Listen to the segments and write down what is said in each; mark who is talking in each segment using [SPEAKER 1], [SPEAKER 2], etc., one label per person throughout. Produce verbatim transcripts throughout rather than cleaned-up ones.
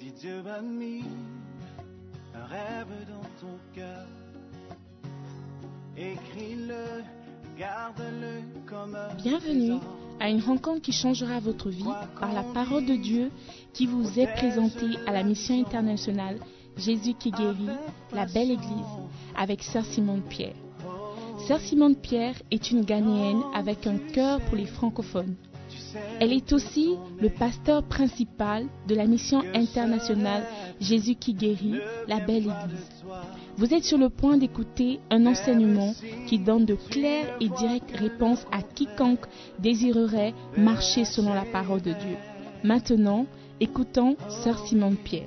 [SPEAKER 1] Si Dieu a mis un rêve dans ton cœur, écris-le, garde-le comme un
[SPEAKER 2] Bienvenue à une rencontre qui changera votre vie par la parole de Dieu qui vous est présentée à la mission internationale Jésus qui guérit, la belle église, avec Sœur Simone Pierre. Sœur Simone Pierre est une Ghanéenne avec un cœur pour les francophones. Elle est aussi le pasteur principal de la mission internationale Jésus qui guérit, la belle église. Vous êtes sur le point d'écouter un enseignement qui donne de claires et directes réponses à quiconque désirerait marcher selon la parole de Dieu. Maintenant, écoutons Sœur Simone Pierre.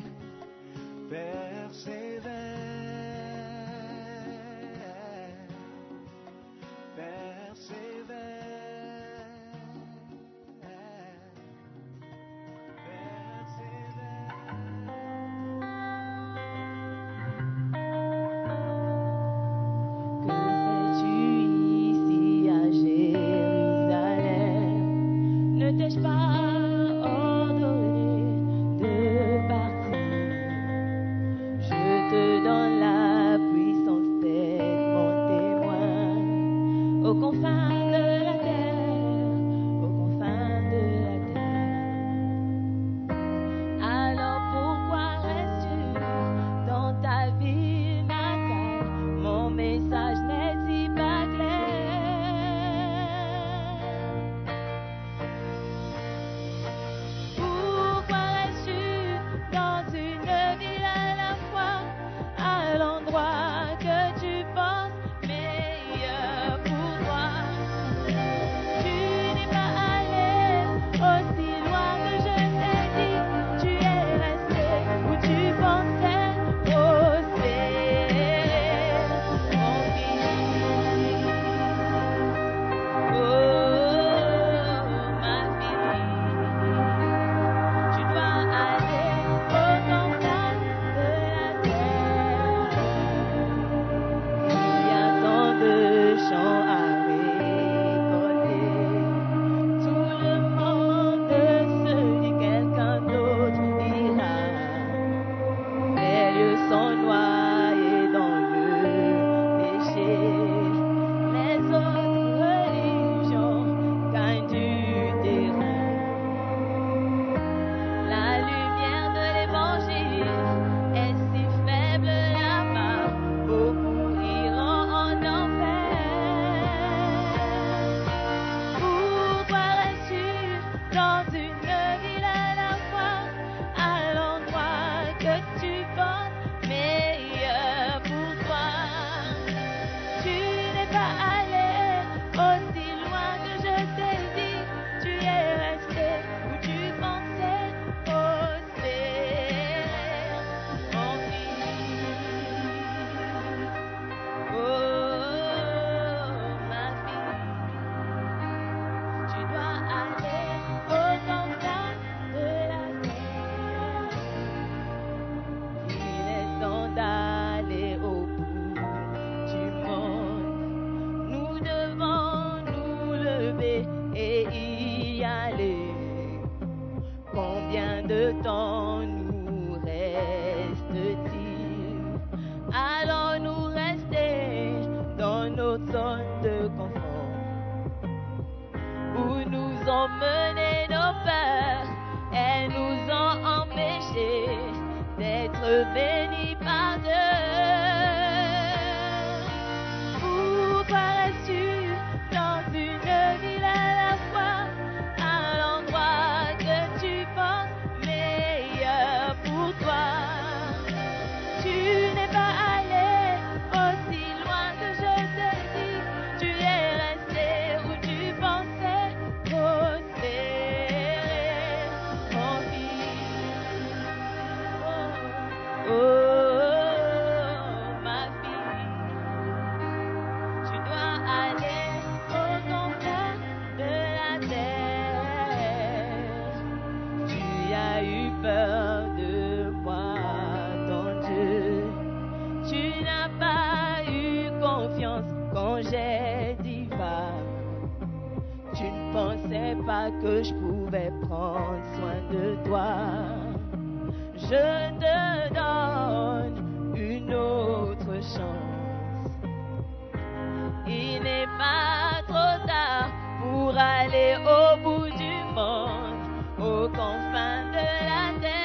[SPEAKER 3] Pas que je pouvais prendre soin de toi. je te donne une autre chance. Il n'est pas trop tard pour aller au bout du monde, aux confins de la terre.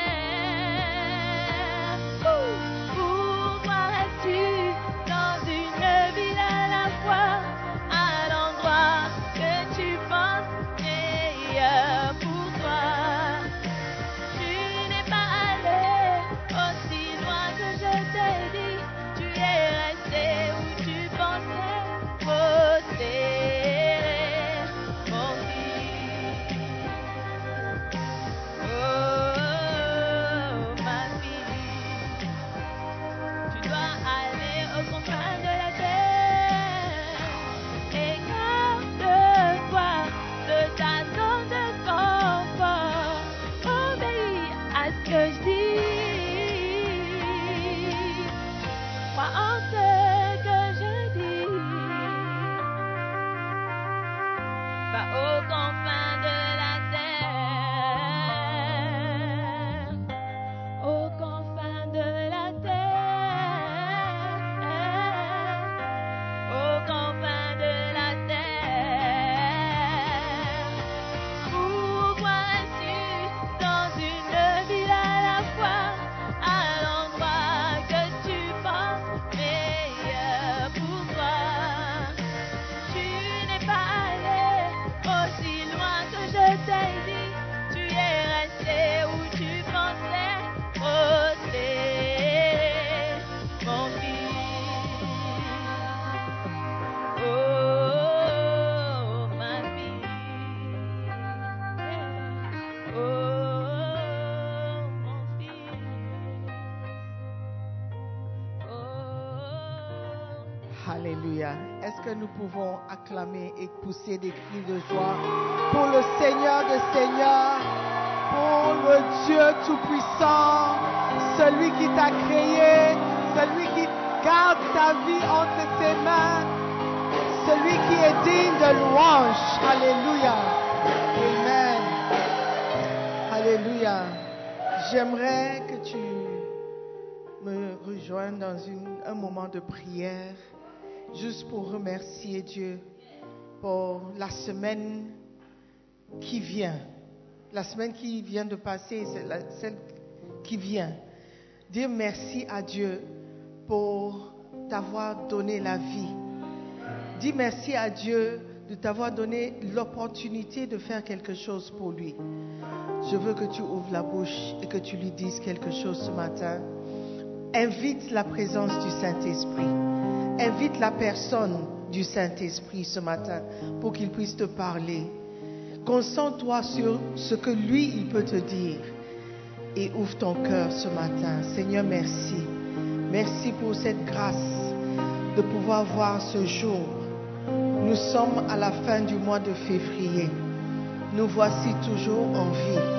[SPEAKER 3] Pourquoi restes-tu dans une ville à la fois, à l'endroit que tu penses meilleur pour toi? Tu n'es pas allé aussi loin que je t'ai dit, tu es resté où tu pensais prospérer, mon fils. Oh, ma fille, tu dois aller aux confins de la terre. Écarte-toi de ta zone de confort. Obéis à ce que je dis. Crois en ce que je dis. Va aux confins de la terre. Aux confins de la terre. Aux confins de la terre. Pourquoi es-tu dans une ville à la fois, à l'endroit que tu penses meilleur pour toi? Tu n'es pas allé aussi loin que je t'ai dit, tu es resté où tu pensais prospérer, mon fils. Oh, ma fille. Oh, mon fils. Oh.
[SPEAKER 4] Alléluia. Est-ce que nous pouvons acclamer et pousser des cris de joie pour le Seigneur des Seigneurs, pour le Dieu Tout-Puissant, celui qui t'a créé, celui qui garde ta vie entre ses mains, celui qui est digne de louange. Alléluia. Amen. Alléluia. J'aimerais que tu me rejoignes dans une- un moment de prière, juste pour remercier Dieu pour la semaine qui vient. La semaine qui vient de passer, c'est la, celle qui vient. Dire merci à Dieu pour t'avoir donné la vie. Dis merci à Dieu de t'avoir donné l'opportunité de faire quelque chose pour lui. Je veux que tu ouvres la bouche et que tu lui dises quelque chose ce matin. Invite la présence du Saint-Esprit. Invite la personne du Saint-Esprit ce matin pour qu'il puisse te parler. Concentre-toi sur ce que lui, il peut te dire. Et ouvre ton cœur ce matin. Seigneur, merci. Merci pour cette grâce de pouvoir voir ce jour. Nous sommes à la fin du mois de février. Nous voici toujours en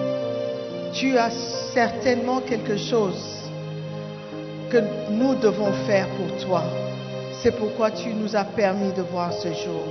[SPEAKER 4] vie. Tu as certainement quelque chose que nous devons faire pour toi. C'est pourquoi tu nous as permis de voir ce jour.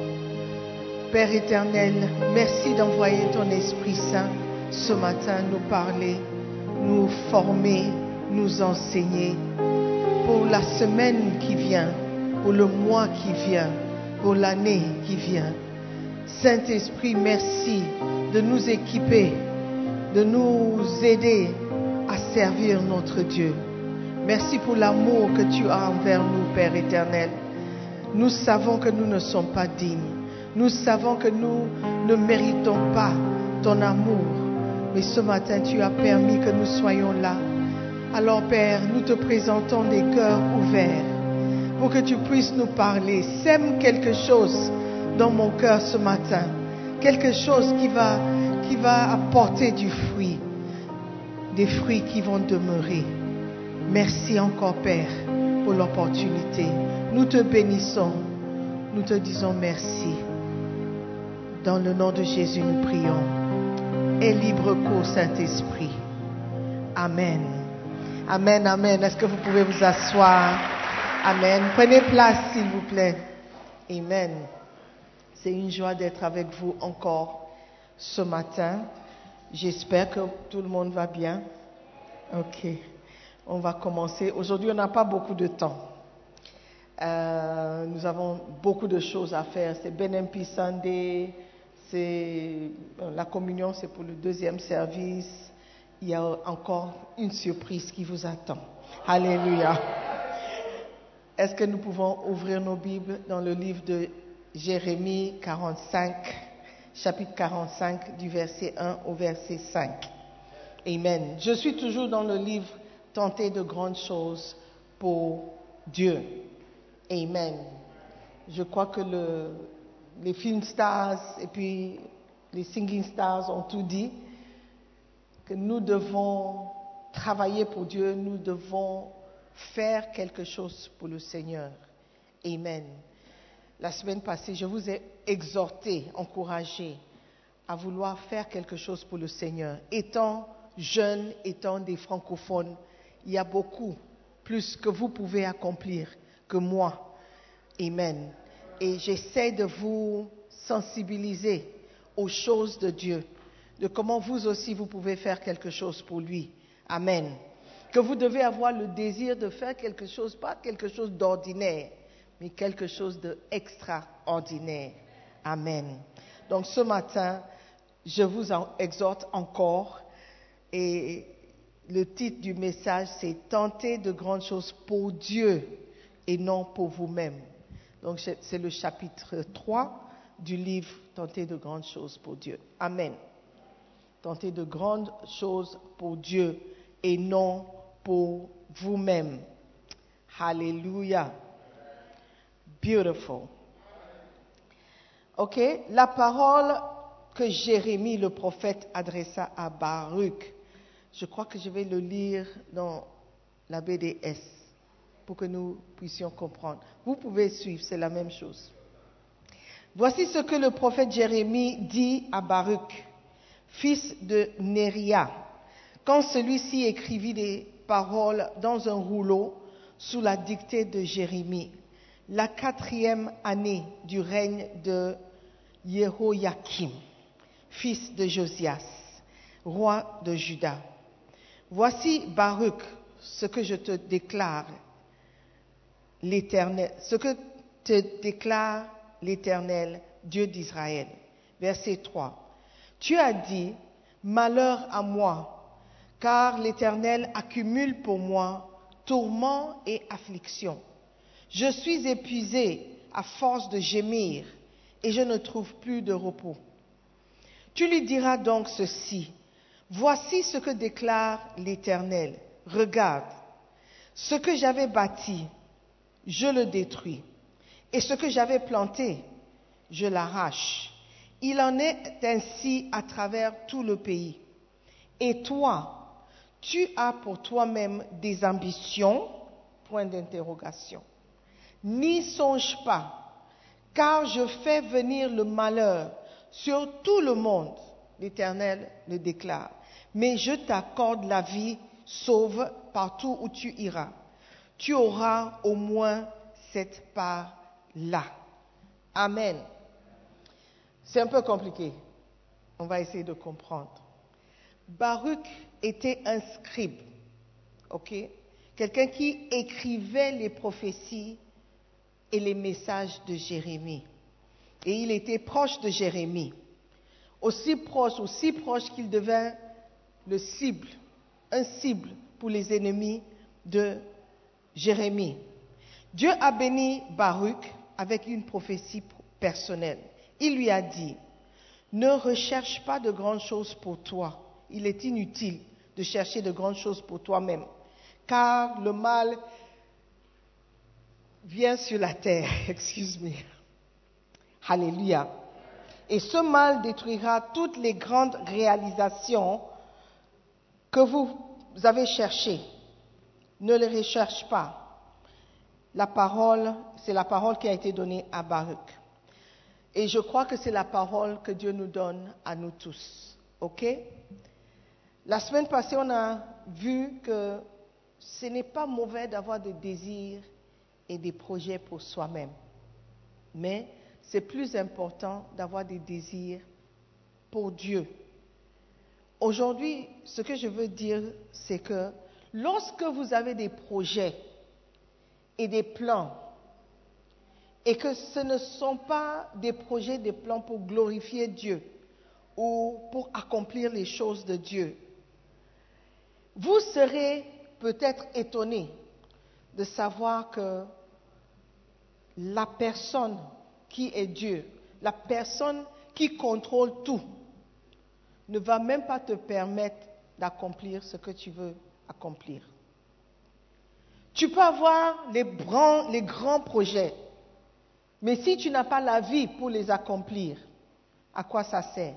[SPEAKER 4] Père éternel, merci d'envoyer ton Esprit Saint ce matin nous parler, nous former, nous enseigner pour la semaine qui vient, pour le mois qui vient, pour l'année qui vient. Saint-Esprit, merci de nous équiper, de nous aider à servir notre Dieu. Merci pour l'amour que tu as envers nous, Père éternel. Nous savons que nous ne sommes pas dignes. Nous savons que nous ne méritons pas ton amour. Mais ce matin, tu as permis que nous soyons là. Alors, Père, nous te présentons des cœurs ouverts pour que tu puisses nous parler. Sème quelque chose dans mon cœur ce matin. Quelque chose qui va, qui va apporter du fruit. Des fruits qui vont demeurer. Merci encore, Père, pour l'opportunité. Nous te bénissons. Nous te disons merci. Dans le nom de Jésus, nous prions. Et libre cours, Saint-Esprit. Amen. Amen, amen. Est-ce que vous pouvez vous asseoir? Amen. Prenez place, s'il vous plaît. Amen. C'est une joie d'être avec vous encore ce matin. J'espère que tout le monde va bien. Ok, on va commencer. Aujourd'hui, on n'a pas beaucoup de temps. Euh, nous avons beaucoup de choses à faire. C'est Ben M P Sunday, c'est la communion, c'est pour le deuxième service. Il y a encore une surprise qui vous attend. Alléluia. Est-ce que nous pouvons ouvrir nos Bibles dans le livre de Jérémie quarante-cinq, chapitre quarante-cinq, du verset un au verset cinq. Amen. Je suis toujours dans le livre Tenter de grandes choses pour Dieu. Amen. Je crois que le, les film stars et puis les singing stars ont tout dit, que nous devons travailler pour Dieu, nous devons faire quelque chose pour le Seigneur. Amen. La semaine passée, je vous ai exhorté, encouragé à vouloir faire quelque chose pour le Seigneur. Étant jeunes, étant des francophones, il y a beaucoup plus que vous pouvez accomplir que moi. Amen. Et j'essaie de vous sensibiliser aux choses de Dieu, de comment vous aussi vous pouvez faire quelque chose pour lui. Amen. Que vous devez avoir le désir de faire quelque chose, pas quelque chose d'ordinaire, mais quelque chose d'extraordinaire. Amen. Donc ce matin, je vous en exhorte encore, et le titre du message, c'est « Tenter de grandes choses pour Dieu et non pour vous-même ». Donc c'est le chapitre trois du livre « Tenter de grandes choses pour Dieu ». Amen. Tenter de grandes choses pour Dieu et non pour vous-même. Hallelujah. Beautiful. Ok, la parole que Jérémie le prophète adressa à Baruch. Je crois que je vais le lire dans la B D S pour que nous puissions comprendre. Vous pouvez suivre, c'est la même chose. Voici ce que le prophète Jérémie dit à Baruch, fils de Néria, quand celui-ci écrivit des paroles dans un rouleau sous la dictée de Jérémie, la quatrième année du règne de Jéhoïakim, fils de Josias, roi de Juda. Voici, Baruch, ce que je te déclare, l'Éternel, ce que te déclare l'Éternel, Dieu d'Israël. Verset trois. Tu as dit, malheur à moi, car l'Éternel accumule pour moi tourments et afflictions. Je suis épuisé à force de gémir et je ne trouve plus de repos. Tu lui diras donc ceci, voici ce que déclare l'Éternel. Regarde, ce que j'avais bâti, je le détruis, et ce que j'avais planté, je l'arrache. Il en est ainsi à travers tout le pays. Et toi, tu as pour toi-même des ambitions, point d'interrogation. N'y songe pas, car je fais venir le malheur sur tout le monde, l'Éternel le déclare. Mais je t'accorde la vie sauve partout où tu iras. Tu auras au moins cette part-là. Amen. C'est un peu compliqué. On va essayer de comprendre. Baruch était un scribe, ok? Quelqu'un qui écrivait les prophéties et les messages de Jérémie. Et il était proche de Jérémie. Aussi proche, aussi proche qu'il devint le cible, un cible pour les ennemis de Jérémie. Dieu a béni Baruch avec une prophétie personnelle. Il lui a dit, ne recherche pas de grandes choses pour toi. Il est inutile de chercher de grandes choses pour toi-même, car le mal vient sur la terre. Excuse-moi. Alléluia. Et ce mal détruira toutes les grandes réalisations que vous avez cherchées. Ne les recherche pas. La parole, c'est la parole qui a été donnée à Baruch. Et je crois que c'est la parole que Dieu nous donne à nous tous. OK? La semaine passée, on a vu que ce n'est pas mauvais d'avoir des désirs et des projets pour soi-même. Mais c'est plus important d'avoir des désirs pour Dieu. aujourd'hui, ce que je veux dire, c'est que lorsque vous avez des projets et des plans, et que ce ne sont pas des projets, des plans pour glorifier Dieu ou pour accomplir les choses de Dieu, vous serez peut-être étonné de savoir que la personne qui est Dieu, la personne qui contrôle tout, ne va même pas te permettre d'accomplir ce que tu veux accomplir. Tu peux avoir les grands, les grands projets, mais si tu n'as pas la vie pour les accomplir, à quoi ça sert?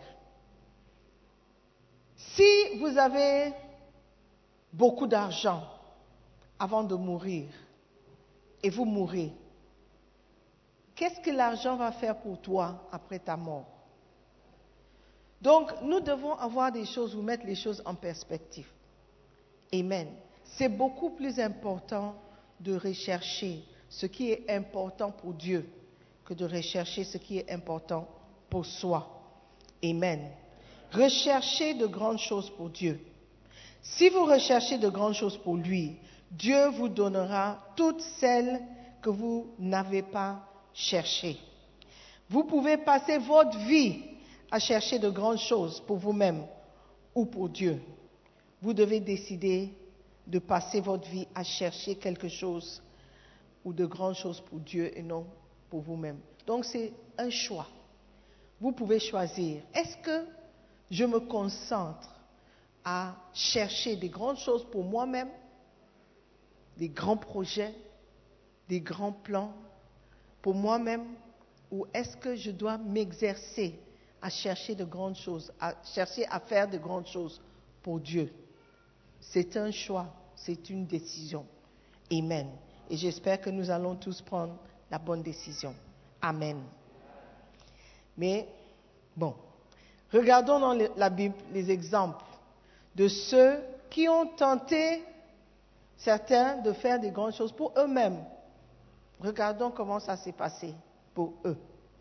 [SPEAKER 4] Si vous avez beaucoup d'argent avant de mourir et vous mourrez, qu'est-ce que l'argent va faire pour toi après ta mort? Donc, nous devons avoir des choses, ou mettre les choses en perspective. Amen. C'est beaucoup plus important de rechercher ce qui est important pour Dieu que de rechercher ce qui est important pour soi. Amen. Recherchez de grandes choses pour Dieu. Si vous recherchez de grandes choses pour lui, Dieu vous donnera toutes celles que vous n'avez pas cherchées. Vous pouvez passer votre vie à chercher de grandes choses pour vous-même ou pour Dieu. Vous devez décider de passer votre vie à chercher quelque chose ou de grandes choses pour Dieu et non pour vous-même. Donc c'est un choix. Vous pouvez choisir. Est-ce que je me concentre à chercher des grandes choses pour moi-même, des grands projets, des grands plans pour moi-même, ou est-ce que je dois m'exercer à chercher de grandes choses, à chercher à faire de grandes choses pour Dieu? C'est un choix, c'est une décision. Amen. Et j'espère que nous allons tous prendre la bonne décision. Amen. Mais, bon, regardons dans la Bible les exemples de ceux qui ont tenté, certains, de faire des grandes choses pour eux-mêmes. Regardons comment ça s'est passé pour eux.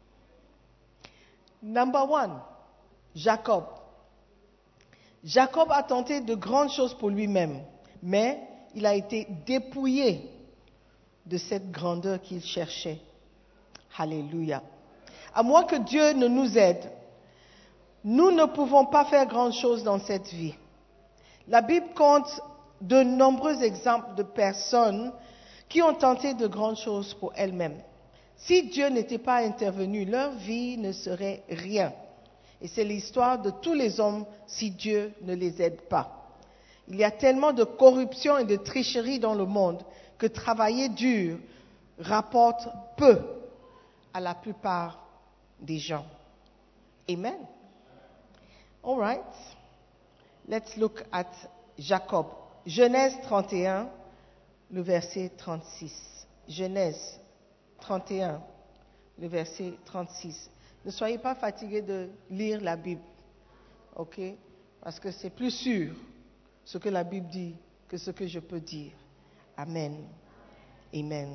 [SPEAKER 4] Number one, Jacob. Jacob a tenté de grandes choses pour lui-même, mais il a été dépouillé de cette grandeur qu'il cherchait. Alléluia. À moins que Dieu ne nous aide, nous ne pouvons pas faire grandes choses dans cette vie. La Bible compte de nombreux exemples de personnes qui ont tenté de grandes choses pour elles-mêmes. Si Dieu n'était pas intervenu, leur vie ne serait rien. Et c'est l'histoire de tous les hommes si Dieu ne les aide pas. Il y a tellement de corruption et de tricherie dans le monde que travailler dur rapporte peu à la plupart des gens. Amen. All right. Let's look at Jacob. Genèse trente et un, le verset trente-six. Genèse trente et un, le verset trente-six. Ne soyez pas fatigués de lire la Bible, ok? Parce que c'est plus sûr ce que la Bible dit que ce que je peux dire. Amen. Amen.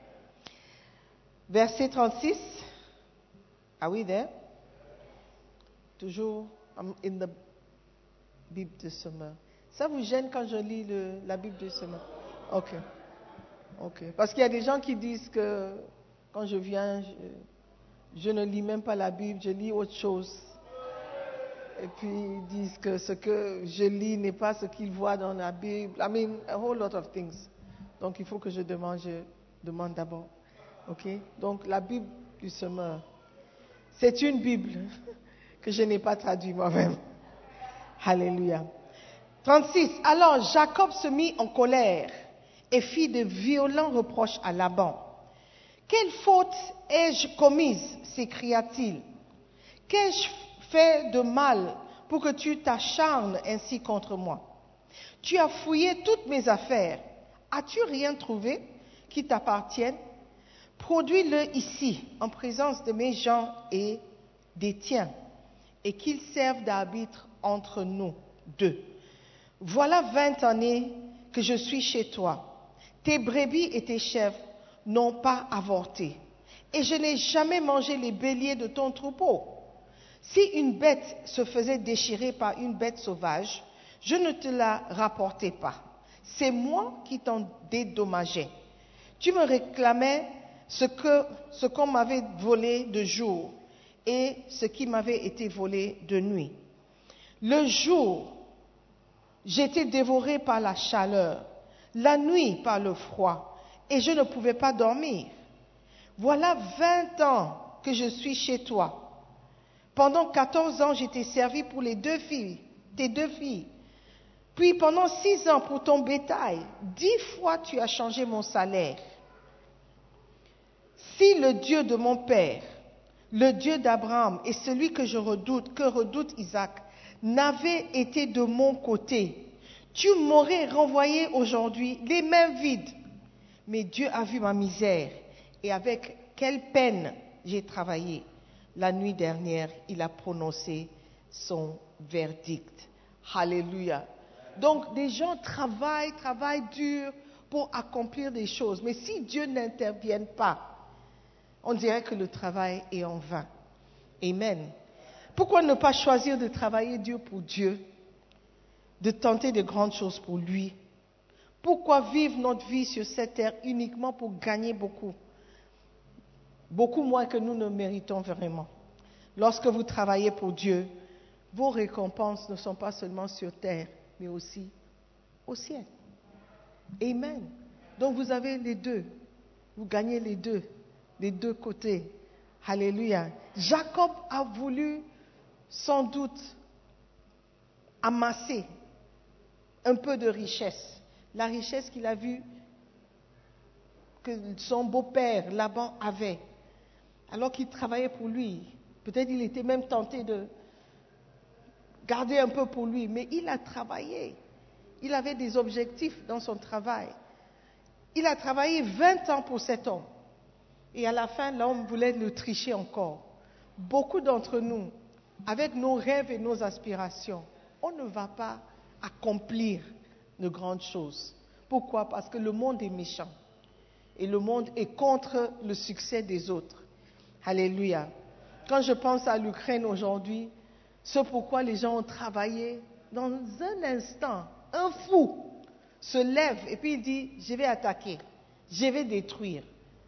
[SPEAKER 4] Verset trente-six. Are we there? Toujours I'm in the Bible de Sommer. Ça vous gêne quand je lis le, la Bible de Sommer? Ok. Ok. Parce qu'il y a des gens qui disent que quand je viens, je, je ne lis même pas la Bible, je lis autre chose. Et puis ils disent que ce que je lis n'est pas ce qu'ils voient dans la Bible. I mean, a whole lot of things. Donc il faut que je demande, je demande d'abord. Ok? Donc la Bible du Semeur, c'est une Bible que je n'ai pas traduite moi-même. Alléluia. trente-six. Alors Jacob se mit en colère et fit de violents reproches à Laban. Quelle faute ai-je commise, s'écria-t-il. Qu'ai-je fait de mal pour que tu t'acharnes ainsi contre moi? Tu as fouillé toutes mes affaires. As-tu rien trouvé qui t'appartienne? Produis-le ici, en présence de mes gens et des tiens, et qu'ils servent d'arbitre entre nous deux. Voilà vingt années que je suis chez toi. Tes brebis et tes chèvres n'ont pas avorté, et je n'ai jamais mangé les béliers de ton troupeau. Si une bête se faisait déchirer par une bête sauvage, je ne te la rapportais pas. C'est moi qui t'en dédommageais. Tu me réclamais ce que, ce qu'on m'avait volé de jour et ce qui m'avait été volé de nuit. Le jour, j'étais dévoré par la chaleur, la nuit par le froid, et je ne pouvais pas dormir. Voilà vingt ans que je suis chez toi. Pendant quatorze ans, j'étais servi pour les deux filles, tes deux filles. Puis pendant six ans pour ton bétail, dix fois tu as changé mon salaire. Si le Dieu de mon père, le Dieu d'Abraham et celui que je redoute, que redoute Isaac, n'avait été de mon côté, tu m'aurais renvoyé aujourd'hui les mains vides. Mais Dieu a vu ma misère et avec quelle peine j'ai travaillé. La nuit dernière, il a prononcé son verdict. Alléluia. Donc, des gens travaillent, travaillent dur pour accomplir des choses. Mais si Dieu n'intervient pas, on dirait que le travail est en vain. Amen. Pourquoi ne pas choisir de travailler dur pour Dieu, de tenter de grandes choses pour lui? Pourquoi vivre notre vie sur cette terre uniquement pour gagner beaucoup? Beaucoup moins que nous ne méritons vraiment. Lorsque vous travaillez pour Dieu, vos récompenses ne sont pas seulement sur terre, mais aussi au ciel. Amen. Donc vous avez les deux. Vous gagnez les deux. Les deux côtés. Alléluia. Jacob a voulu sans doute amasser un peu de richesse. La richesse qu'il a vue que son beau-père Laban avait. Alors qu'il travaillait pour lui. Peut-être il était même tenté de garder un peu pour lui. Mais il a travaillé. Il avait des objectifs dans son travail. Il a travaillé vingt ans pour cet homme. Et à la fin, l'homme voulait le tricher encore. Beaucoup d'entre nous, avec nos rêves et nos aspirations, on ne va pas accomplir de grandes choses. Pourquoi? Parce que le monde est méchant. Et le monde est contre le succès des autres. Alléluia. Quand je pense à l'Ukraine aujourd'hui, ce pourquoi les gens ont travaillé, dans un instant, un fou se lève et puis il dit, je vais attaquer, je vais détruire.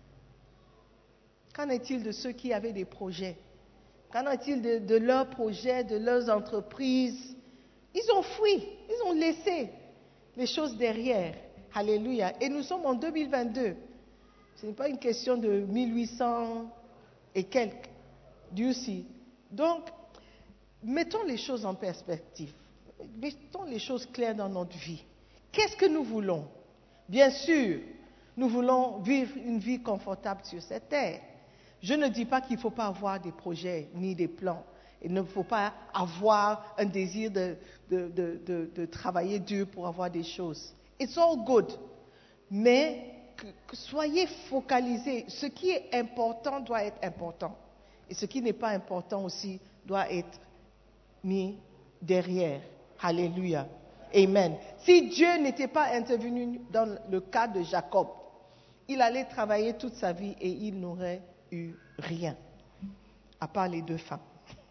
[SPEAKER 4] Qu'en est-il de ceux qui avaient des projets? Qu'en est-il de, de leurs projets, de leurs entreprises? Ils ont fui, ils ont laissé les choses derrière. Alléluia. Et nous sommes en deux mille vingt-deux. Ce n'est pas une question de mille huit cents et quelques. Dieu sait. Donc, mettons les choses en perspective. Mettons les choses claires dans notre vie. Qu'est-ce que nous voulons? Bien sûr, nous voulons vivre une vie confortable sur cette terre. Je ne dis pas qu'il ne faut pas avoir des projets ni des plans. Il ne faut pas avoir un désir de, de, de, de, de travailler dur pour avoir des choses. It's all good. Mais que, que soyez focalisés. Ce qui est important doit être important. Et ce qui n'est pas important aussi doit être mis derrière. Alléluia. Amen. Si Dieu n'était pas intervenu dans le cas de Jacob, il allait travailler toute sa vie et il n'aurait eu rien, à part les deux femmes.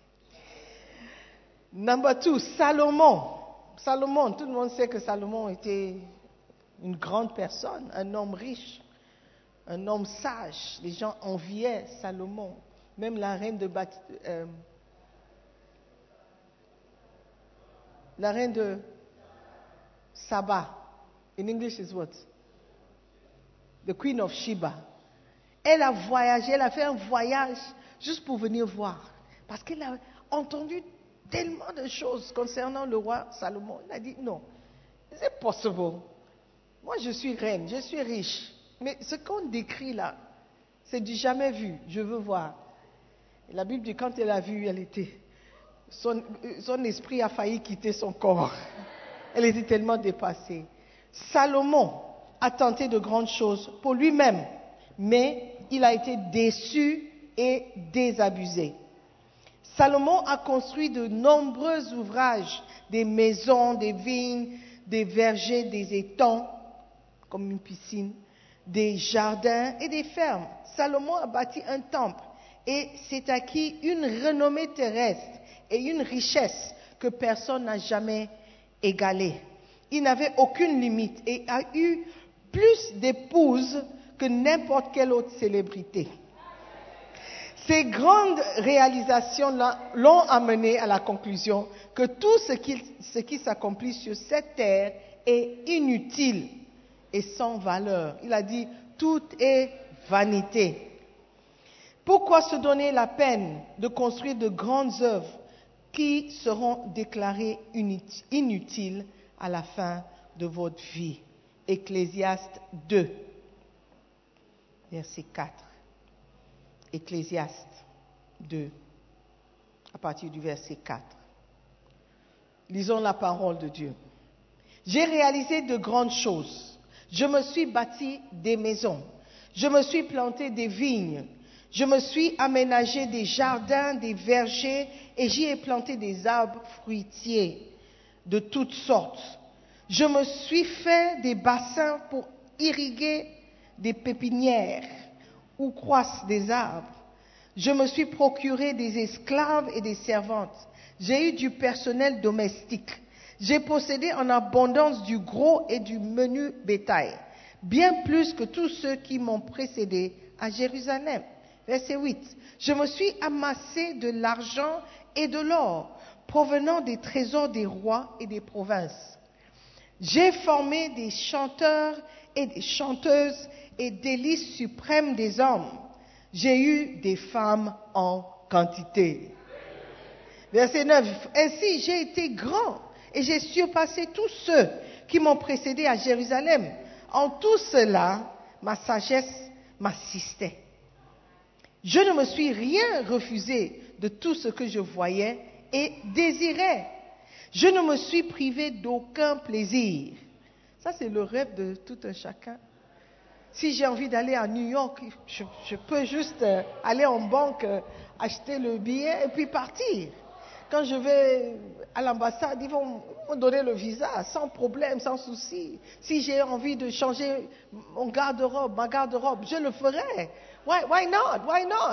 [SPEAKER 4] Number two, Salomon. Salomon, tout le monde sait que Salomon était une grande personne, un homme riche, un homme sage. Les gens enviaient Salomon. Même la reine de Bat, euh, la reine de Saba. In English is what? The Queen of Sheba. Elle a voyagé, elle a fait un voyage juste pour venir voir. Parce qu'elle a entendu tellement de choses concernant le roi Salomon. Elle a dit non, c'est possible. Moi je suis reine, je suis riche. Mais ce qu'on décrit là, c'est du jamais vu. Je veux voir. Et la Bible dit quand elle a vu, elle était, son, son esprit a failli quitter son corps. Elle était tellement dépassée. Salomon a tenté de grandes choses pour lui-même, mais il a été déçu et désabusé. Salomon a construit de nombreux ouvrages, des maisons, des vignes, des vergers, des étangs, comme une piscine, des jardins et des fermes. Salomon a bâti un temple et s'est acquis une renommée terrestre et une richesse que personne n'a jamais égalée. Il n'avait aucune limite et a eu plus d'épouses que n'importe quelle autre célébrité. Ces grandes réalisations l'ont amené à la conclusion que tout ce qui, ce qui s'accomplit sur cette terre est inutile et sans valeur. Il a dit, tout est vanité. Pourquoi se donner la peine de construire de grandes œuvres qui seront déclarées inutiles à la fin de votre vie? Ecclésiaste deux, verset quatre. Ecclésiaste deux, à partir du verset quatre. Lisons la parole de Dieu. J'ai réalisé de grandes choses. Je me suis bâti des maisons. Je me suis planté des vignes. Je me suis aménagé des jardins, des vergers, et j'y ai planté des arbres fruitiers de toutes sortes. Je me suis fait des bassins pour irriguer des pépinières où croissent des arbres. Je me suis procuré des esclaves et des servantes. J'ai eu du personnel domestique. J'ai possédé en abondance du gros et du menu bétail, bien plus que tous ceux qui m'ont précédé à Jérusalem. Verset huit. Je me suis amassé de l'argent et de l'or provenant des trésors des rois et des provinces. J'ai formé des chanteurs et des chanteuses et délices suprêmes des hommes. J'ai eu des femmes en quantité. Verset neuf. Ainsi j'ai été grand et j'ai surpassé tous ceux qui m'ont précédé à Jérusalem. En tout cela, ma sagesse m'assistait. Je ne me suis rien refusé de tout ce que je voyais et désirais. Je ne me suis privé d'aucun plaisir. Ça, c'est le rêve de tout un chacun. Si j'ai envie d'aller à New York, je, je peux juste euh, aller en banque, euh, acheter le billet et puis partir. Quand je vais à l'ambassade, ils vont me donner le visa sans problème, sans souci. Si j'ai envie de changer mon garde-robe, ma garde-robe, je le ferai. Why, why not? Why not?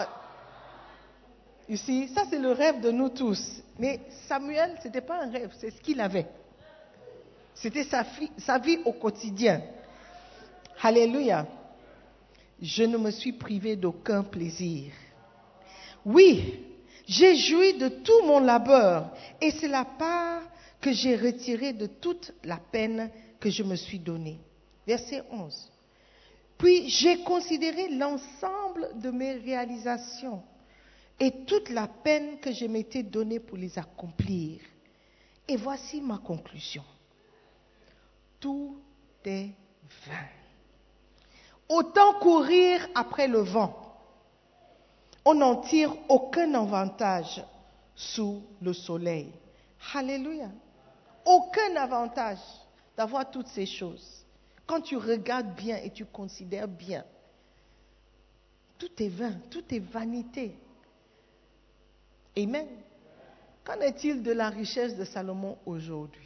[SPEAKER 4] You see, ça c'est le rêve de nous tous. Mais Samuel, ce n'était pas un rêve, c'est ce qu'il avait. C'était sa, fi- sa vie au quotidien. Alléluia. Je ne me suis privé d'aucun plaisir. Oui, j'ai joui de tout mon labeur et c'est la part que j'ai retirée de toute la peine que je me suis donnée. Verset onze. Puis j'ai considéré l'ensemble de mes réalisations et toute la peine que je m'étais donnée pour les accomplir. Et voici ma conclusion. Tout est vain. Autant courir après le vent. On n'en tire aucun avantage sous le soleil. Alléluia. Aucun avantage d'avoir toutes ces choses. Quand tu regardes bien et tu considères bien, tout est vain, tout est vanité. Amen. Qu'en est-il de la richesse de Salomon aujourd'hui?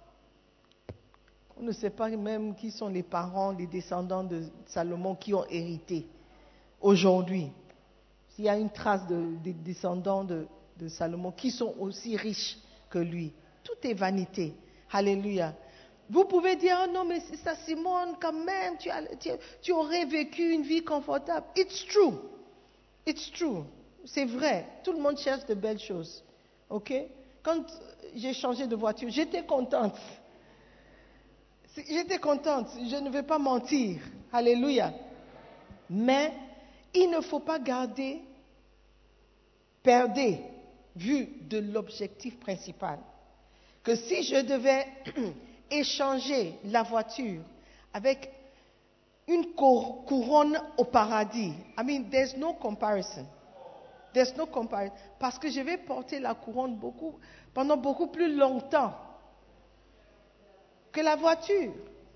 [SPEAKER 4] On ne sait pas même qui sont les parents, les descendants de Salomon qui ont hérité aujourd'hui. S'il y a une trace de, des descendants de, de Salomon qui sont aussi riches que lui. Tout est vanité. Alléluia. Vous pouvez dire, oh non, mais c'est ça, Simone, quand même, tu, as, tu, tu aurais vécu une vie confortable. It's true. It's true. C'est vrai. Tout le monde cherche de belles choses. OK? Quand j'ai changé de voiture, j'étais contente. J'étais contente. Je ne vais pas mentir. Alléluia. Mais il ne faut pas garder, perdre vue de l'objectif principal. Que si je devais échanger la voiture avec une couronne au paradis, I mean, there's no comparison. There's no comparison. Parce que je vais porter la couronne beaucoup, pendant beaucoup plus longtemps que la voiture.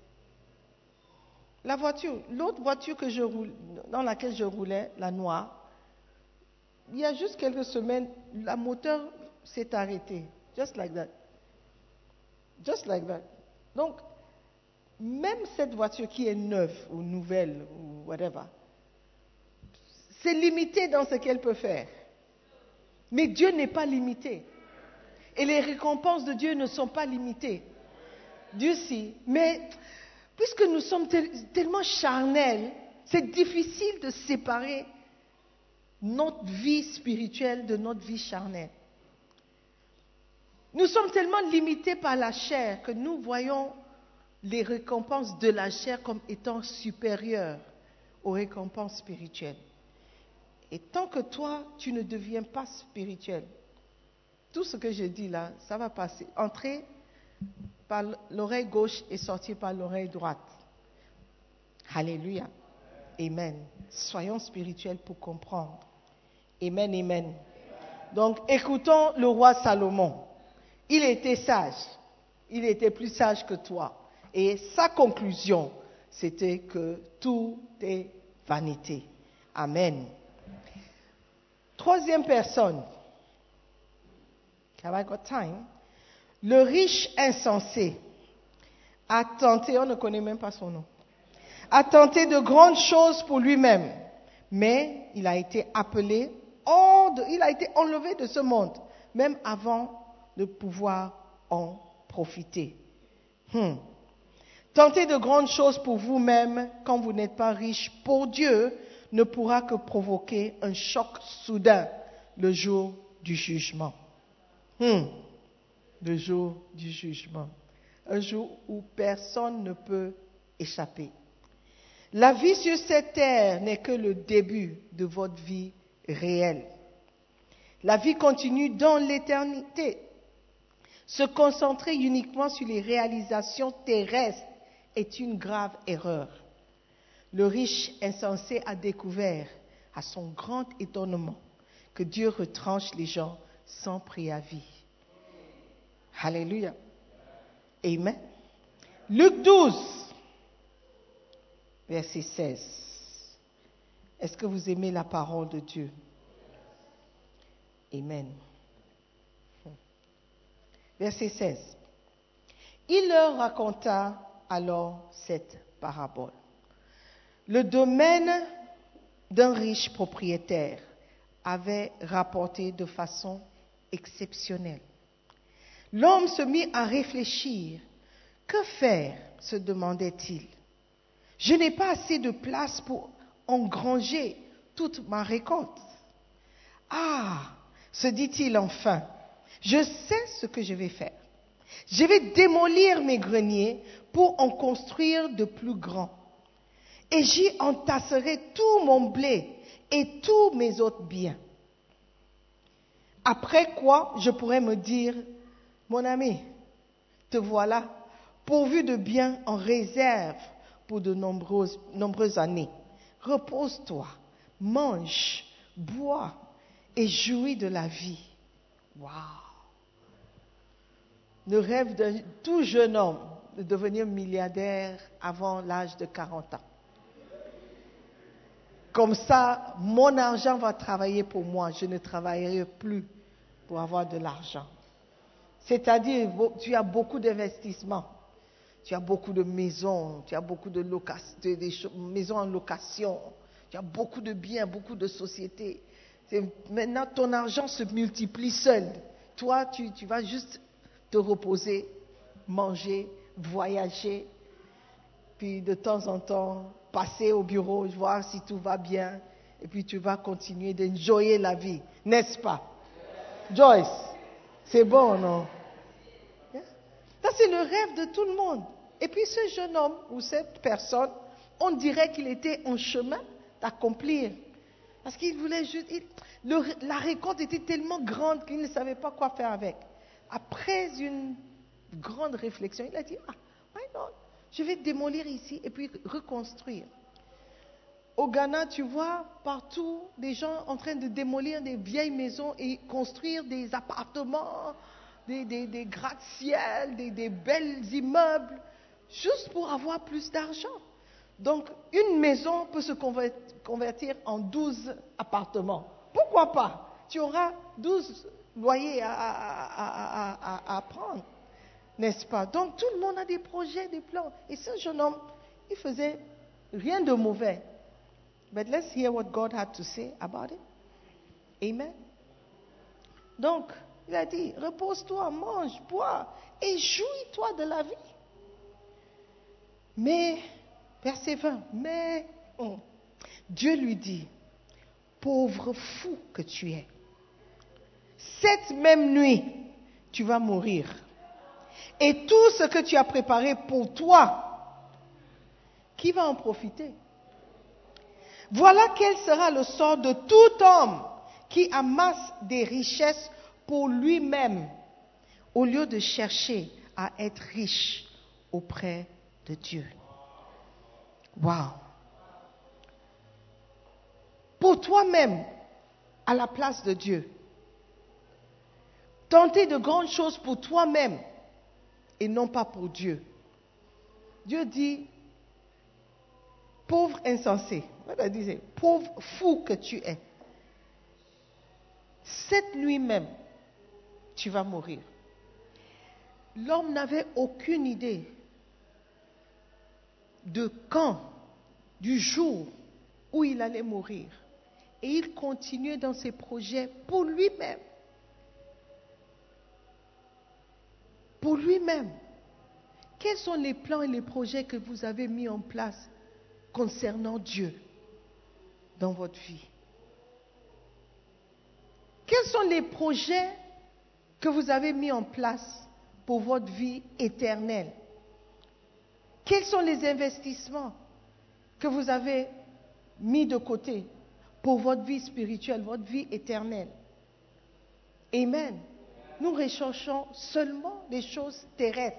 [SPEAKER 4] La voiture, l'autre voiture que je roule, dans laquelle je roulais, la noire, il y a juste quelques semaines, la moteur s'est arrêtée. Just like that. Just like that. Donc, même cette voiture qui est neuve ou nouvelle ou whatever, c'est limité dans ce qu'elle peut faire. Mais Dieu n'est pas limité. Et les récompenses de Dieu ne sont pas limitées. Dieu si. Mais puisque nous sommes tel- tellement charnels, c'est difficile de séparer notre vie spirituelle de notre vie charnelle. Nous sommes tellement limités par la chair que nous voyons les récompenses de la chair comme étant supérieures aux récompenses spirituelles. Et tant que toi, tu ne deviens pas spirituel, tout ce que je dis là, ça va passer. Entrer par l'oreille gauche et sortir par l'oreille droite. Alléluia. Amen. Soyons spirituels pour comprendre. Amen, amen. Donc, écoutons le roi Salomon. Il était sage. Il était plus sage que toi. Et sa conclusion, c'était que tout est vanité. Amen. Troisième personne. Have I got time? Le riche insensé a tenté, on ne connaît même pas son nom, a tenté de grandes choses pour lui-même, mais il a été appelé hors de, il a été enlevé de ce monde, même avant de pouvoir en profiter. Hmm. Tenter de grandes choses pour vous-même quand vous n'êtes pas riche pour Dieu ne pourra que provoquer un choc soudain le jour du jugement. Hmm. Le jour du jugement. Un jour où personne ne peut échapper. La vie sur cette terre n'est que le début de votre vie réelle. La vie continue dans l'éternité. Se concentrer uniquement sur les réalisations terrestres est une grave erreur. Le riche insensé a découvert, à son grand étonnement, que Dieu retranche les gens sans préavis. Alléluia. Amen. Luc douze, verset seize. Est-ce que vous aimez la parole de Dieu? Amen. Verset seize. Il leur raconta alors cette parabole. Le domaine d'un riche propriétaire avait rapporté de façon exceptionnelle. L'homme se mit à réfléchir. Que faire, se demandait-il. Je n'ai pas assez de place pour engranger toute ma récolte. Ah, se dit-il enfin, je sais ce que je vais faire. Je vais démolir mes greniers pour en construire de plus grands. Et j'y entasserai tout mon blé et tous mes autres biens. Après quoi, je pourrais me dire, mon ami, te voilà, pourvu de biens en réserve pour de nombreuses, nombreuses années. Repose-toi, mange, bois et jouis de la vie. Waouh! Le rêve d'un tout jeune homme de devenir milliardaire avant l'âge de quarante ans. Comme ça, mon argent va travailler pour moi. Je ne travaillerai plus pour avoir de l'argent. C'est-à-dire, tu as beaucoup d'investissements. Tu as beaucoup de maisons, tu as beaucoup de, loca- de, de maisons en location. Tu as beaucoup de biens, beaucoup de sociétés. C'est, maintenant, ton argent se multiplie seul. Toi, tu, tu vas juste te reposer, manger, voyager, puis de temps en temps, passer au bureau, voir si tout va bien, et puis tu vas continuer d'enjoyer la vie, n'est-ce pas? Joyce, c'est bon, non? Ça, c'est le rêve de tout le monde. Et puis ce jeune homme ou cette personne, on dirait qu'il était en chemin d'accomplir. Parce qu'il voulait juste... Il, le, la récolte était tellement grande qu'il ne savait pas quoi faire avec. Après une grande réflexion, il a dit, ah, why not? Je vais démolir ici et puis reconstruire. Au Ghana, tu vois partout des gens en train de démolir des vieilles maisons et construire des appartements, des, des, des gratte-ciel, des, des belles immeubles, juste pour avoir plus d'argent. Donc, une maison peut se convertir en douze appartements. Pourquoi pas? Tu auras douze loyers à, à, à, à, à prendre, n'est-ce pas? Donc, tout le monde a des projets, des plans. Et ce jeune homme, il faisait rien de mauvais. But let's hear what God had to say about it. Amen. Donc, il a dit, repose-toi, mange, bois et jouis-toi de la vie. Mais, verset vingt, mais oh, Dieu lui dit, pauvre fou que tu es, cette même nuit, tu vas mourir. Et tout ce que tu as préparé pour toi, qui va en profiter? Voilà quel sera le sort de tout homme qui amasse des richesses pour lui-même, au lieu de chercher à être riche auprès de Dieu. Wow! Pour toi-même, à la place de Dieu. Tenter de grandes choses pour toi-même et non pas pour Dieu. Dieu dit, pauvre insensé, pauvre fou que tu es. Cette nuit même, tu vas mourir. L'homme n'avait aucune idée de quand, du jour où il allait mourir. Et il continuait dans ses projets pour lui-même. Pour lui-même. Quels sont les plans et les projets que vous avez mis en place concernant Dieu dans votre vie? Quels sont les projets que vous avez mis en place pour votre vie éternelle? Quels sont les investissements que vous avez mis de côté pour votre vie spirituelle, votre vie éternelle? Amen. Nous recherchons seulement des choses terrestres.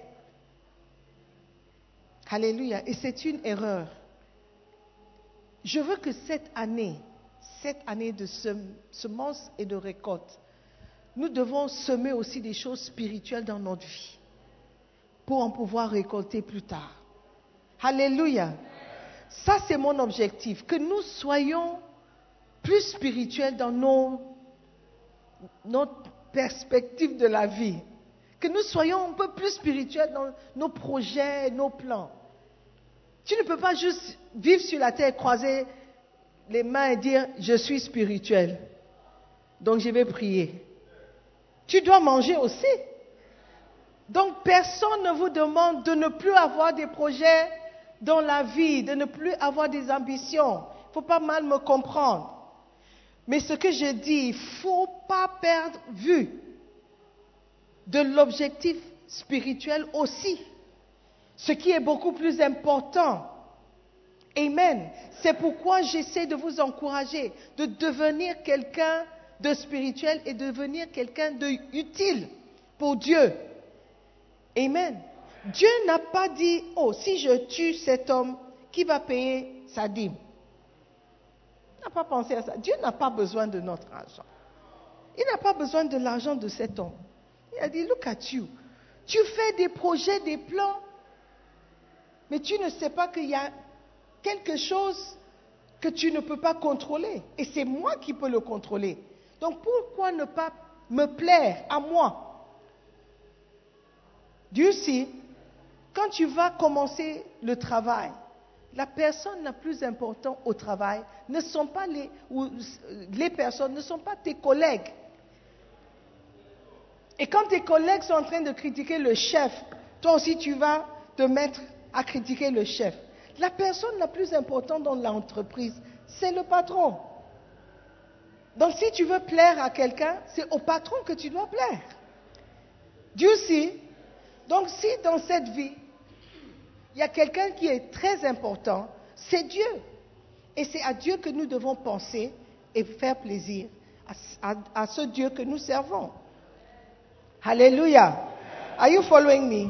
[SPEAKER 4] Alléluia. Et c'est une erreur. Je veux que cette année, cette année de semences et de récolte, nous devons semer aussi des choses spirituelles dans notre vie pour en pouvoir récolter plus tard. Alléluia. Ça, c'est mon objectif. Que nous soyons plus spirituels dans nos, notre perspective de la vie. Que nous soyons un peu plus spirituels dans nos projets, nos plans. Tu ne peux pas juste vivre sur la terre, croiser les mains et dire « Je suis spirituel, donc je vais prier ». Tu dois manger aussi. Donc personne ne vous demande de ne plus avoir des projets dans la vie, de ne plus avoir des ambitions. Il ne faut pas mal me comprendre. Mais ce que je dis, il ne faut pas perdre vue de l'objectif spirituel aussi. Ce qui est beaucoup plus important. Amen. C'est pourquoi j'essaie de vous encourager de devenir quelqu'un de spirituel et de devenir quelqu'un d'utile pour Dieu. Amen. Dieu n'a pas dit, oh, si je tue cet homme, qui va payer sa dîme? Il n'a pas pensé à ça. Dieu n'a pas besoin de notre argent. Il n'a pas besoin de l'argent de cet homme. Il a dit, look at you. Tu fais des projets, des plans, mais tu ne sais pas qu'il y a quelque chose que tu ne peux pas contrôler. Et c'est moi qui peux le contrôler. Donc pourquoi ne pas me plaire à moi? Dieu sait, quand tu vas commencer le travail, la personne la plus importante au travail ne sont pas les, ou les personnes ne sont pas tes collègues. Et quand tes collègues sont en train de critiquer le chef, toi aussi tu vas te mettre à critiquer le chef. La personne la plus importante dans l'entreprise, c'est le patron. Donc si tu veux plaire à quelqu'un, c'est au patron que tu dois plaire. Dieu sait. Donc si dans cette vie, il y a quelqu'un qui est très important, c'est Dieu. Et c'est à Dieu que nous devons penser et faire plaisir à, à, à ce Dieu que nous servons. Alléluia. Are you following me?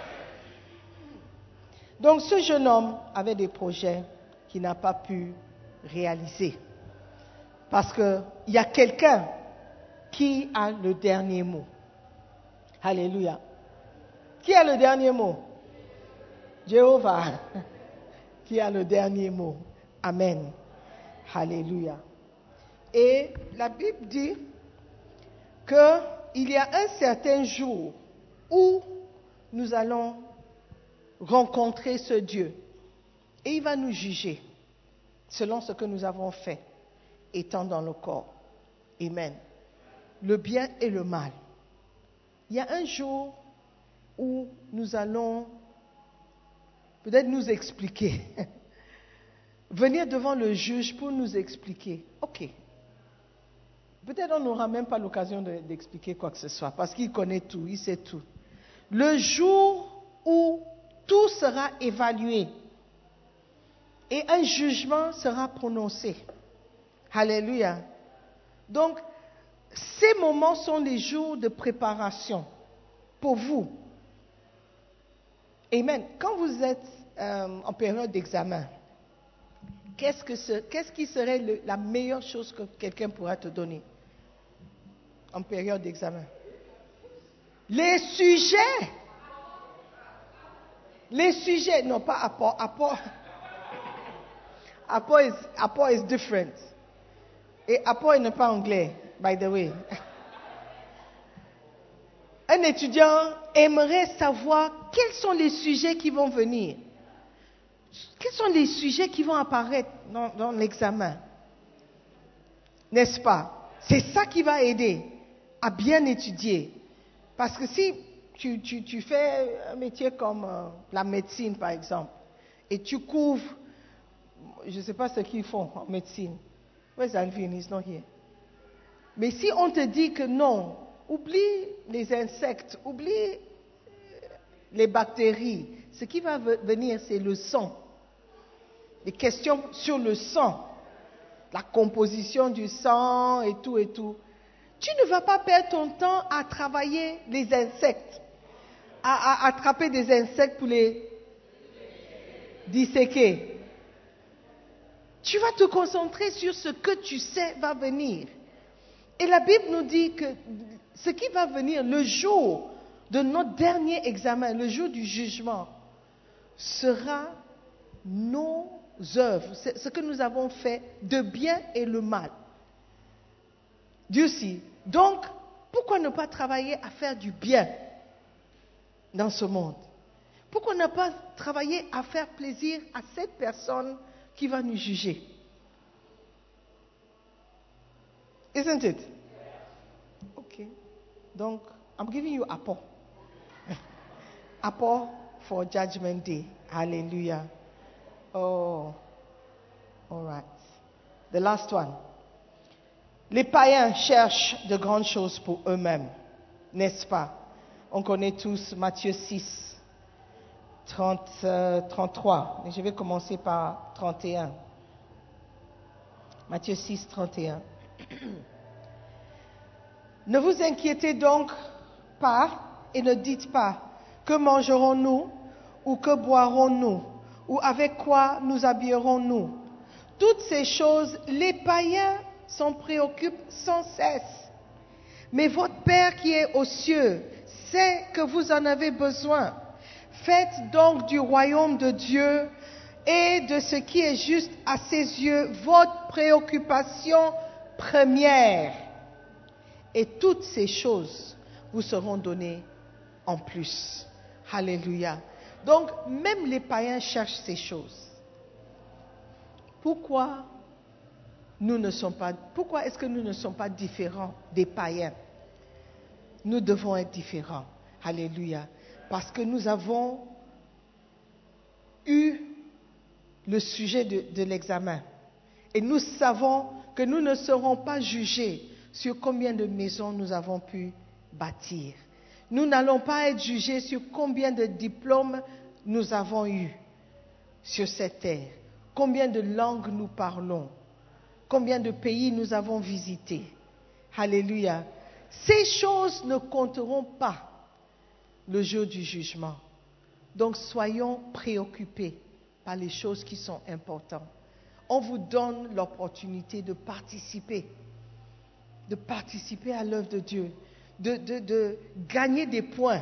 [SPEAKER 4] Donc ce jeune homme avait des projets qu'il n'a pas pu réaliser. Parce qu'il y a quelqu'un qui a le dernier mot. Alléluia. Qui a le dernier mot? Jéhovah. Qui a le dernier mot. Amen. Alléluia. Et la Bible dit qu'il y a un certain jour où nous allons rencontrer ce Dieu. Et il va nous juger. selon ce que nous avons fait, étant dans le corps. Amen. Le bien et le mal. Il y a un jour où nous allons peut-être nous expliquer, venir devant le juge pour nous expliquer. Ok. Peut-être on n'aura même pas l'occasion de, d'expliquer quoi que ce soit, parce qu'il connaît tout, il sait tout. Le jour où tout sera évalué et un jugement sera prononcé. Alléluia. Donc, ces moments sont les jours de préparation pour vous. Amen. Quand vous êtes euh, en période d'examen, qu'est-ce, que ce, qu'est-ce qui serait le, la meilleure chose que quelqu'un pourra te donner en période d'examen? Les sujets. Les sujets, non pas apport. Apport, apport, is, apport is different. Et apport n'est pas anglais, by the way. Un étudiant aimerait savoir quels sont les sujets qui vont venir. Quels sont les sujets qui vont apparaître dans, dans l'examen? N'est-ce pas? C'est ça qui va aider à bien étudier. Parce que si tu, tu, tu fais un métier comme euh, la médecine, par exemple, et tu couvres, je ne sais pas ce qu'ils font en médecine. Where's Alvin? He's not here. Mais si on te dit que non, oublie les insectes, oublie les bactéries, ce qui va venir, c'est le sang. Les questions sur le sang, la composition du sang et tout et tout. Tu ne vas pas perdre ton temps à travailler les insectes, à, à attraper des insectes pour les disséquer. Tu vas te concentrer sur ce que tu sais va venir. Et la Bible nous dit que ce qui va venir le jour de notre dernier examen, le jour du jugement, sera nos œuvres, ce que nous avons fait de bien et le mal. Dieu sait. Donc, pourquoi ne pas travailler à faire du bien dans ce monde? Pourquoi ne pas travailler à faire plaisir à cette personne qui va nous juger? Isn't it? Okay. Donc, I'm giving you apple. Apple for Judgment Day. Hallelujah. Oh, all right. The last one. Les païens cherchent de grandes choses pour eux-mêmes, n'est-ce pas? On connaît tous Matthieu six, trente, euh, trente-trois. Mais je vais commencer par trente et un. Matthieu six, trente et un. Ne vous inquiétez donc pas et ne dites pas que mangerons-nous ou que boirons-nous ou avec quoi nous habillerons-nous. Toutes ces choses, les païens s'en préoccupent sans cesse. Mais votre Père qui est aux cieux sait que vous en avez besoin. Faites donc du royaume de Dieu et de ce qui est juste à ses yeux votre préoccupation première. Et toutes ces choses vous seront données en plus. Alléluia. Donc, même les païens cherchent ces choses. Pourquoi nous ne sommes pas, pourquoi est-ce que nous ne sommes pas différents des païens? Nous devons être différents. Alléluia. Parce que nous avons eu le sujet de, de l'examen. Et nous savons que nous ne serons pas jugés sur combien de maisons nous avons pu bâtir. Nous n'allons pas être jugés sur combien de diplômes nous avons eus sur cette terre, combien de langues nous parlons, combien de pays nous avons visités. Alléluia. Ces choses ne compteront pas le jour du jugement. Donc soyons préoccupés par les choses qui sont importantes. On vous donne l'opportunité de participer, de participer à l'œuvre de Dieu, de, de, de gagner des points,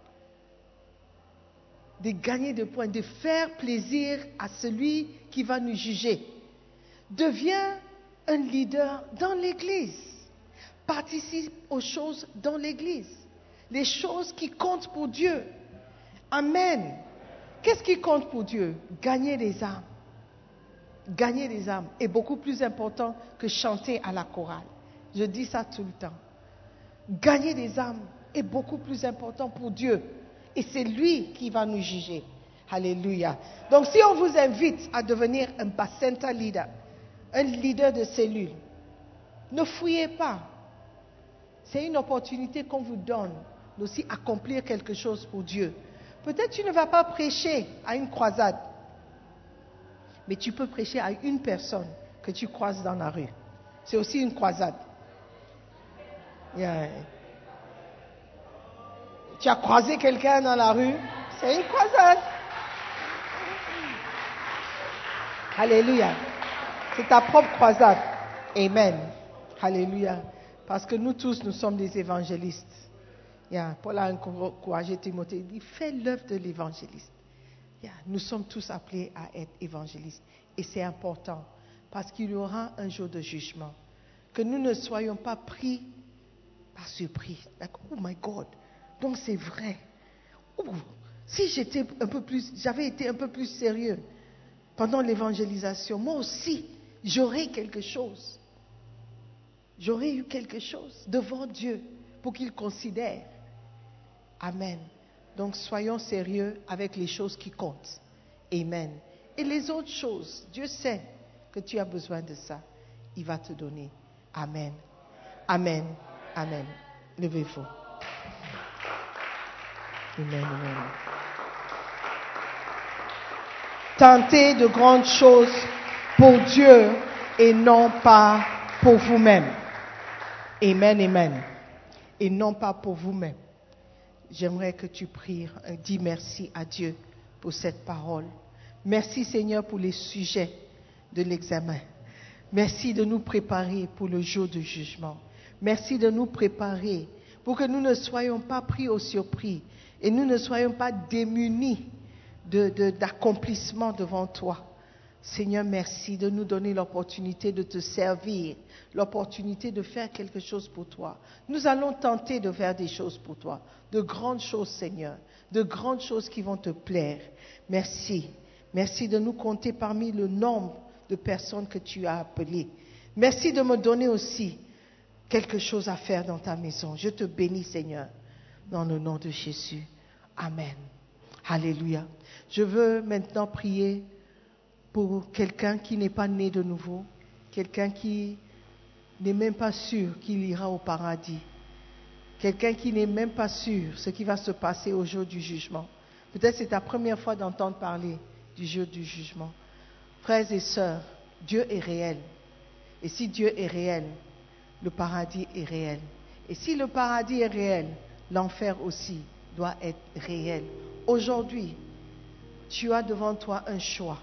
[SPEAKER 4] de gagner des points, de faire plaisir à celui qui va nous juger. Deviens un leader dans l'Église. Participe aux choses dans l'Église. Les choses qui comptent pour Dieu. Amen. Qu'est-ce qui compte pour Dieu? Gagner des âmes. Gagner des âmes est beaucoup plus important que chanter à la chorale. Je dis ça tout le temps. Gagner des âmes est beaucoup plus important pour Dieu. Et c'est lui qui va nous juger. Alléluia. Donc si on vous invite à devenir un Bacenta leader, un leader de cellule, ne fouillez pas. C'est une opportunité qu'on vous donne d'aussi accomplir quelque chose pour Dieu. Peut-être tu ne vas pas prêcher à une croisade, mais tu peux prêcher à une personne que tu croises dans la rue. C'est aussi une croisade. Yeah. Tu as croisé quelqu'un dans la rue, c'est une croisade. Alléluia. C'est ta propre croisade. Amen. Alléluia. Parce que nous tous, nous sommes des évangélistes. Yeah. Paul a encouragé Timothée. Il dit, fais l'œuvre de l'évangéliste. Yeah. Nous sommes tous appelés à être évangélistes. Et c'est important. Parce qu'il y aura un jour de jugement. Que nous ne soyons pas pris par surprise. Like, oh my God. Donc c'est vrai. Oh, si j'étais un peu plus, j'avais été un peu plus sérieux pendant l'évangélisation, moi aussi, j'aurais quelque chose. J'aurais eu quelque chose devant Dieu pour qu'il considère. Amen. Donc soyons sérieux avec les choses qui comptent. Amen. Et les autres choses, Dieu sait que tu as besoin de ça. Il va te donner. Amen. Amen. Amen. Levez-vous. Amen. Amen. Tentez de grandes choses pour Dieu et non pas pour vous-même. Amen, amen. Et non pas pour vous-même. J'aimerais que tu pries, dis merci à Dieu pour cette parole. Merci Seigneur pour les sujets de l'examen. Merci de nous préparer pour le jour du jugement. Merci de nous préparer pour que nous ne soyons pas pris au surpris et nous ne soyons pas démunis de, de, d'accomplissement devant toi. Seigneur, merci de nous donner l'opportunité de te servir, l'opportunité de faire quelque chose pour toi. Nous allons tenter de faire des choses pour toi, de grandes choses, Seigneur, de grandes choses qui vont te plaire. Merci. Merci de nous compter parmi le nombre de personnes que tu as appelées. Merci de me donner aussi quelque chose à faire dans ta maison. Je te bénis, Seigneur, dans le nom de Jésus. Amen. Alléluia. Je veux maintenant prier pour quelqu'un qui n'est pas né de nouveau, quelqu'un qui n'est même pas sûr qu'il ira au paradis, quelqu'un qui n'est même pas sûr ce qui va se passer au jour du jugement. Peut-être c'est ta première fois d'entendre parler du jour du jugement. Frères et sœurs, Dieu est réel. Et si Dieu est réel, le paradis est réel. Et si le paradis est réel, l'enfer aussi doit être réel. Aujourd'hui, tu as devant toi un choix.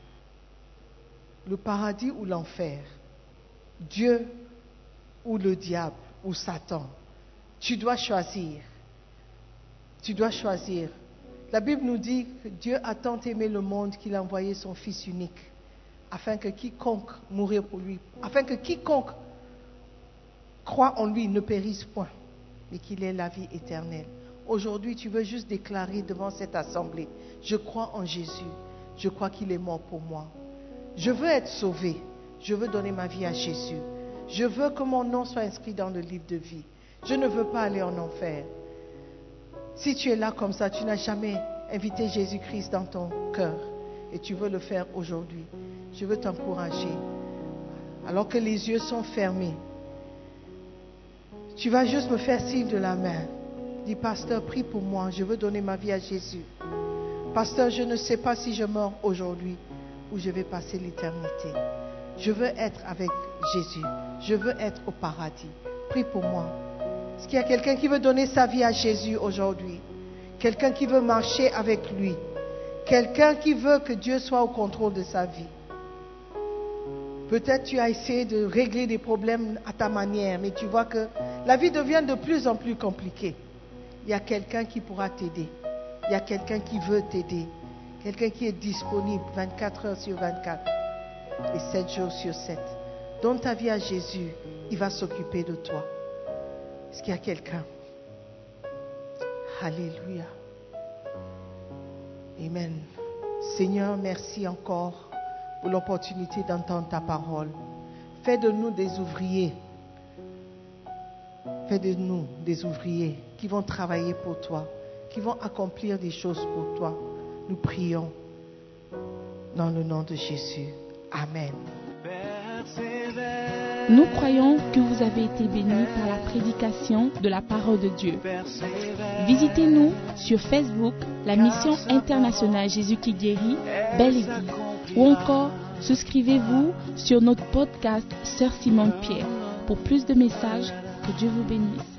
[SPEAKER 4] Le paradis ou l'enfer, Dieu ou le diable ou Satan. Tu dois choisir. Tu dois choisir. La Bible nous dit que Dieu a tant aimé le monde qu'il a envoyé son Fils unique, afin que quiconque mourir pour lui, afin que quiconque croit en lui ne périsse point, mais qu'il ait la vie éternelle. Aujourd'hui, tu veux juste déclarer devant cette assemblée, je crois en Jésus, je crois qu'il est mort pour moi. Je veux être sauvé, je veux donner ma vie à Jésus. Je veux que mon nom soit inscrit dans le livre de vie. Je ne veux pas aller en enfer. Si tu es là comme ça, tu n'as jamais invité Jésus-Christ dans ton cœur et tu veux le faire aujourd'hui, je veux t'encourager. Alors que les yeux sont fermés, tu vas juste me faire signe de la main. Dis, pasteur, prie pour moi, je veux donner ma vie à Jésus. Pasteur, je ne sais pas si je meurs aujourd'hui ou je vais passer l'éternité. Je veux être avec Jésus. Je veux être au paradis. Prie pour moi. Est-ce qu'il y a quelqu'un qui veut donner sa vie à Jésus aujourd'hui? Quelqu'un qui veut marcher avec lui? Quelqu'un qui veut que Dieu soit au contrôle de sa vie? Peut-être tu as essayé de régler des problèmes à ta manière, mais tu vois que la vie devient de plus en plus compliquée. Il y a quelqu'un qui pourra t'aider. Il y a quelqu'un qui veut t'aider. Quelqu'un qui est disponible vingt-quatre heures sur vingt-quatre et sept jours sur sept. Donne ta vie à Jésus, il va s'occuper de toi. Est-ce qu'il y a quelqu'un? Alléluia. Amen. Seigneur, merci encore pour l'opportunité d'entendre ta parole. Fais de nous des ouvriers. Fais de nous des ouvriers qui vont travailler pour toi, qui vont accomplir des choses pour toi. Nous prions dans le nom de Jésus. Amen.
[SPEAKER 2] Nous croyons que vous avez été bénis par la prédication de la parole de Dieu. Visitez-nous sur Facebook, la mission internationale Jésus qui guérit, Belle Église, ou encore souscrivez-vous sur notre podcast Sœur Simone Pierre. Pour plus de messages, que Dieu vous bénisse.